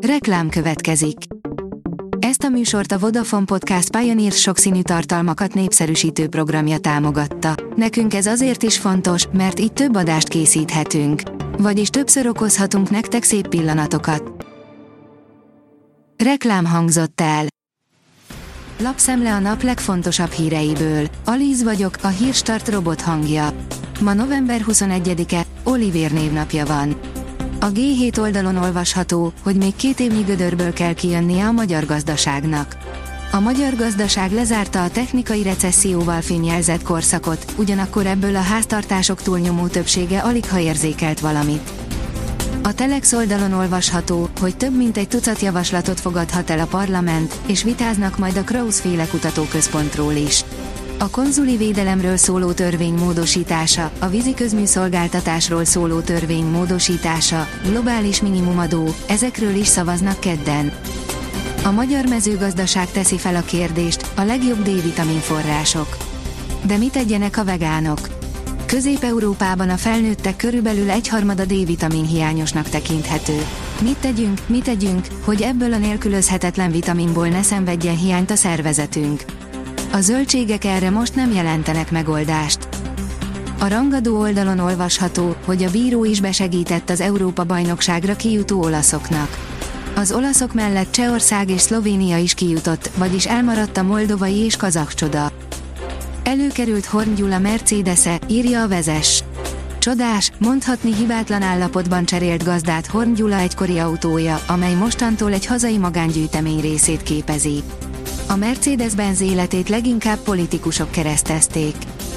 Reklám következik. Ezt a műsort a Vodafone Podcast Pioneer sokszínű tartalmakat népszerűsítő programja támogatta. Nekünk ez azért is fontos, mert így több adást készíthetünk. Vagyis többször okozhatunk nektek szép pillanatokat. Reklám hangzott el. Lapszemle a nap legfontosabb híreiből. Alíz vagyok, a Hírstart robot hangja. Ma november 21-e, Olivér névnapja van. A G7 oldalon olvasható, hogy még 2 évnyi gödörből kell kijönnie a magyar gazdaságnak. A magyar gazdaság lezárta a technikai recesszióval fényjelzett korszakot, ugyanakkor ebből a háztartások túlnyomó többsége aligha érzékelt valamit. A Telex oldalon olvasható, hogy több mint egy tucat javaslatot fogadhat el a parlament, és vitáznak majd a Krausz-féle kutatóközpontról is. A konzuli védelemről szóló törvény módosítása, a vízi közműszolgáltatásról szóló törvény módosítása, globális minimumadó, ezekről is szavaznak kedden. A magyar mezőgazdaság teszi fel a kérdést, a legjobb D-vitamin források. De mit tegyenek a vegánok? Közép-Európában a felnőttek körülbelül egyharmada D-vitamin hiányosnak tekinthető. Mit tegyünk, hogy ebből a nélkülözhetetlen vitaminból ne szenvedjen hiányt a szervezetünk? A zöldségek erre most nem jelentenek megoldást. A rangadó oldalon olvasható, hogy a bíró is besegített az Európa-bajnokságra kijutó olaszoknak. Az olaszok mellett Csehország és Szlovénia is kijutott, vagyis elmaradt a moldovai és kazakh csoda. Előkerült Horn Gyula Mercedes-e, írja a Vezess. Csodás, mondhatni hibátlan állapotban cserélt gazdát Horn Gyula egykori autója, amely mostantól egy hazai magángyűjtemény részét képezi. A Mercedes-Benz életét leginkább politikusok keresztezték.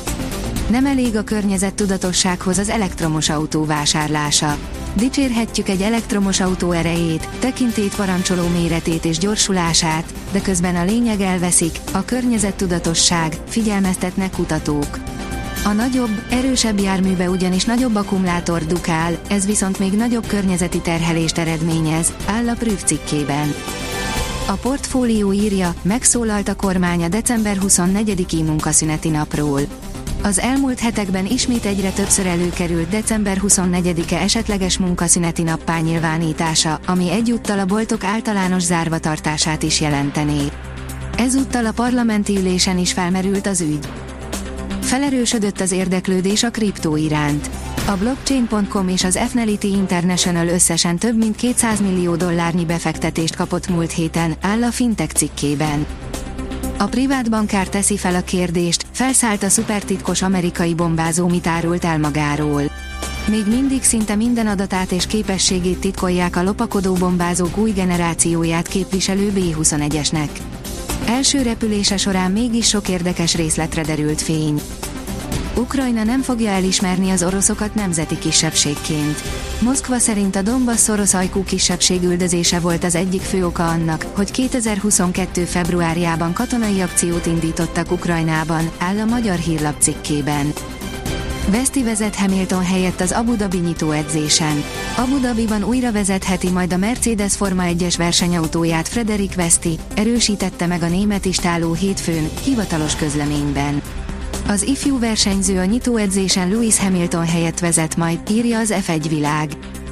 Nem elég a környezettudatossághoz az elektromos autó vásárlása. Dicsérhetjük egy elektromos autó erejét, tekintélyt parancsoló méretét és gyorsulását, de közben a lényeg elveszik, a környezettudatosság, figyelmeztetnek kutatók. A nagyobb, erősebb járműbe ugyanis nagyobb akkumulátor dukál, ez viszont még nagyobb környezeti terhelést eredményez, áll a Prüf cikkében. A Portfólió írja, megszólalt a kormány a december 24-i munkaszüneti napról. Az elmúlt hetekben ismét egyre többször előkerült december 24-e esetleges munkaszüneti nappá nyilvánítása, ami egyúttal a boltok általános zárvatartását is jelentené. Ezúttal a parlamenti ülésen is felmerült az ügy. Felerősödött az érdeklődés a kriptó iránt. A Blockchain.com és az Fnality International összesen több mint $200 millió befektetést kapott múlt héten, áll a Fintech cikkében. A privát bankár teszi fel a kérdést, felszállt a szupertitkos amerikai bombázó, mit árult el magáról. Még mindig szinte minden adatát és képességét titkolják a lopakodó bombázók új generációját képviselő B-21-esnek. Első repülése során mégis sok érdekes részletre derült fény. Ukrajna nem fogja elismerni az oroszokat nemzeti kisebbségként. Moszkva szerint a Donbasz orosz ajkú kisebbség üldözése volt az egyik fő oka annak, hogy 2022. februárjában katonai akciót indítottak Ukrajnában, áll a Magyar Hírlap cikkében. Veszti vezet Hamilton helyett az Abu Dhabi nyitóedzésen. Abu Dhabiban újra vezetheti majd a Mercedes Forma 1-es versenyautóját Frederik Veszti, erősítette meg a német istáló hétfőn, hivatalos közleményben. Az ifjú versenyző a nyitóedzésen Lewis Hamilton helyett vezet majd, írja az F1 világ.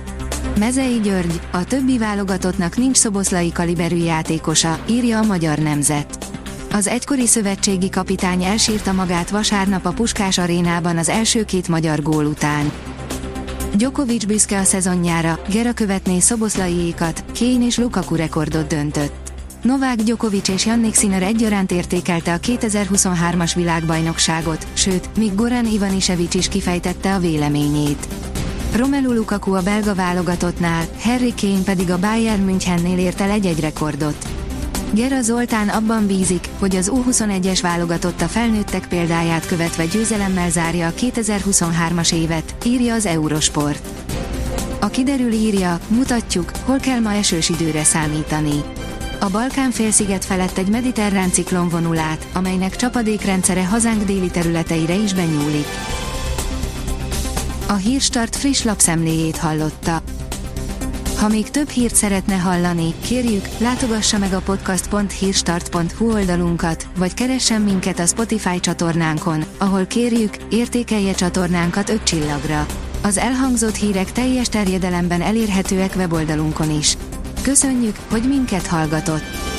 Mezei György, a többi válogatottnak nincs szoboszlai kaliberű játékosa, írja a Magyar Nemzet. Az egykori szövetségi kapitány elsírta magát vasárnap a Puskás arénában az első 2 magyar gól után. Djokovic büszke a szezonjára, Gera követné Szoboszlaiékat, Kane és Lukaku rekordot döntött. Novák Djokovic és Jannik Sinner egyaránt értékelte a 2023-as világbajnokságot, sőt, míg Goran Ivanisevic is kifejtette a véleményét. Romelu Lukaku a belga válogatottnál, Harry Kane pedig a Bayern Münchennél ért el egy rekordot. Gera Zoltán abban bízik, hogy az U21-es válogatott a felnőttek példáját követve győzelemmel zárja a 2023-as évet, írja az Eurosport. A Kiderül írja, mutatjuk, hol kell ma esős időre számítani. A Balkán-félsziget felett egy mediterrán ciklon vonul át, amelynek csapadékrendszere hazánk déli területeire is benyúlik. A Hírstart friss lapszemléjét hallotta. Ha még több hírt szeretne hallani, kérjük, látogassa meg a podcast.hírstart.hu oldalunkat, vagy keressen minket a Spotify csatornánkon, ahol kérjük, értékelje csatornánkat 5 csillagra. Az elhangzott hírek teljes terjedelemben elérhetőek weboldalunkon is. Köszönjük, hogy minket hallgatott!